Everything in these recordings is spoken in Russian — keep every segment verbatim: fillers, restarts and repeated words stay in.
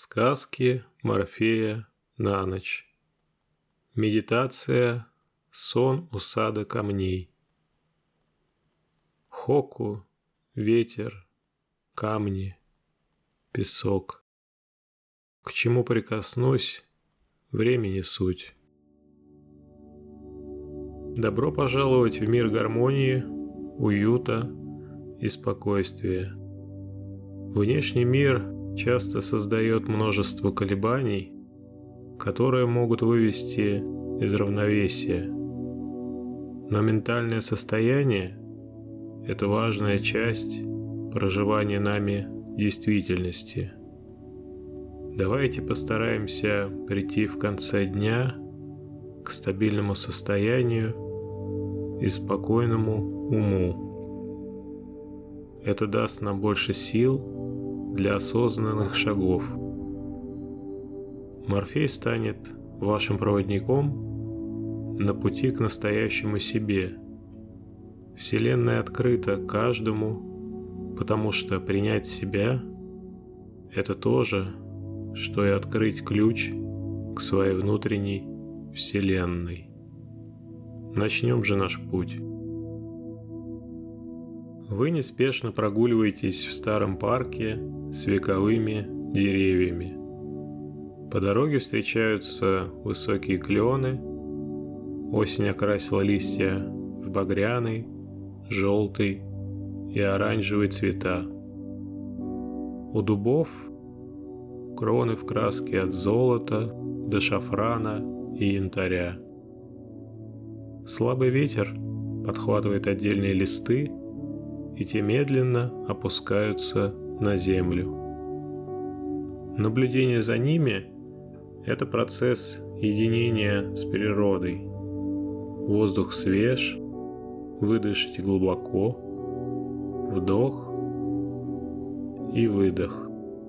Сказки Морфея на ночь. Медитация «Сон у сада камней». Хоку, ветер, камни, песок. К чему прикоснусь, времени суть. Добро пожаловать в мир гармонии, уюта и спокойствия. Внешний мир часто создает множество колебаний, которые могут вывести из равновесия. Но ментальное состояние – это важная часть проживания нами действительности. Давайте постараемся прийти в конце дня к стабильному состоянию и спокойному уму. Это даст нам больше сил для осознанных шагов. Морфей станет вашим проводником на пути к настоящему себе. Вселенная открыта каждому, потому что принять себя – это то же, что и открыть ключ к своей внутренней Вселенной. Начнем же наш путь. Вы неспешно прогуливаетесь в старом парке с вековыми деревьями. По дороге встречаются высокие клены. Осень окрасила листья в багряный, желтый и оранжевый цвета. У дубов кроны в краске от золота до шафрана и янтаря. Слабый ветер подхватывает отдельные листы, и те медленно опускаются на землю. Наблюдение за ними – это процесс единения с природой. Воздух свеж, выдышите глубоко, вдох и выдох.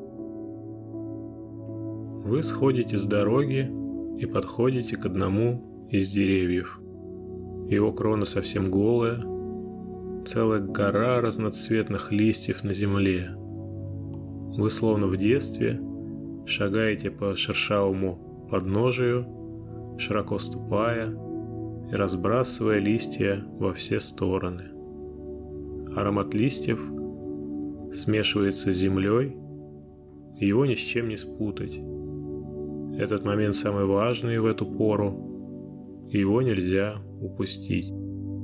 Вы сходите с дороги и подходите к одному из деревьев. Его крона совсем голая, целая гора разноцветных листьев на земле. Вы словно в детстве шагаете по шершавому подножию, широко ступая и разбрасывая листья во все стороны. Аромат листьев смешивается с землей, и его ни с чем не спутать. Этот момент самый важный в эту пору, и его нельзя упустить.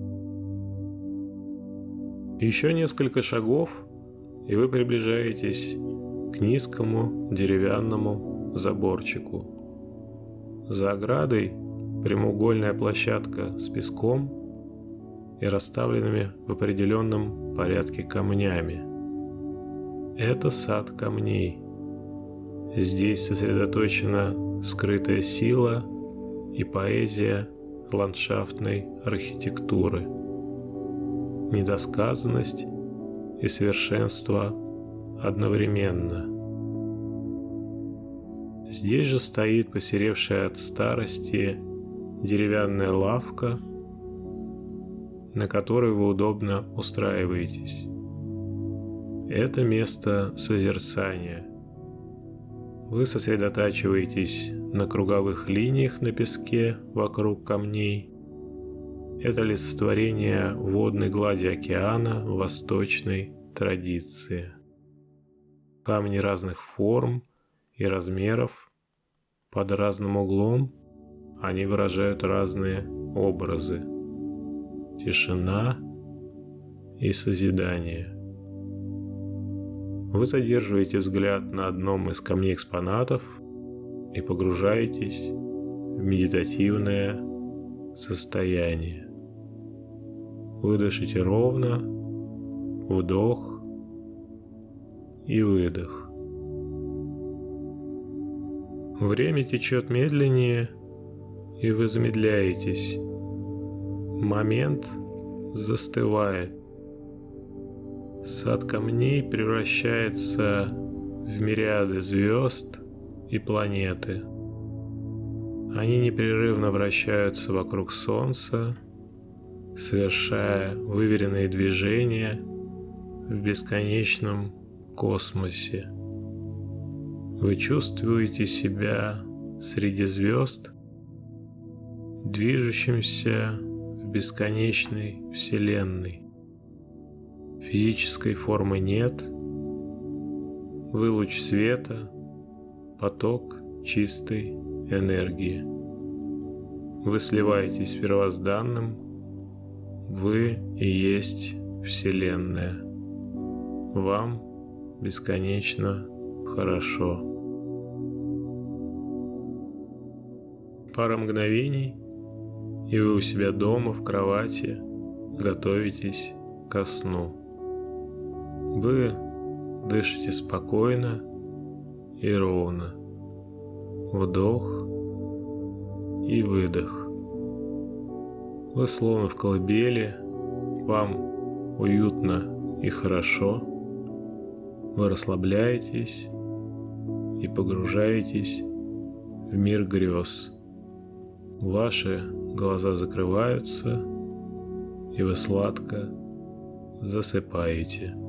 Еще несколько шагов, и вы приближаетесь к низкому деревянному заборчику. За оградой прямоугольная площадка с песком и расставленными в определенном порядке камнями. Это сад камней. Здесь сосредоточена скрытая сила и поэзия ландшафтной архитектуры. Недосказанность и совершенство одновременно. Здесь же стоит посеревшая от старости деревянная лавка, на которой вы удобно устраиваетесь. Это место созерцания. Вы сосредотачиваетесь на круговых линиях на песке вокруг камней. Это олицетворение водной глади океана в восточной традиции. Камни разных форм и размеров, под разным углом они выражают разные образы. Тишина и созидание. Вы задерживаете взгляд на одном из камней экспонатов и погружаетесь в медитативное состояние. Выдышите ровно, вдох и выдох. Время течет медленнее, и вы замедляетесь. Момент застывает. Сад камней превращается в мириады звезд и планеты. Они непрерывно вращаются вокруг Солнца, совершая выверенные движения в бесконечном космосе. Вы чувствуете себя среди звезд, движущимся в бесконечной Вселенной. Физической формы нет, вы луч света, поток чистой энергии. Вы сливаетесь с первозданным, вы и есть Вселенная. Вам бесконечно хорошо. Пара мгновений, и вы у себя дома в кровати готовитесь ко сну. Вы дышите спокойно и ровно. Вдох и выдох. Вы словно в колыбели, вам уютно и хорошо. Вы расслабляетесь и погружаетесь в мир грез. Ваши глаза закрываются, и вы сладко засыпаете.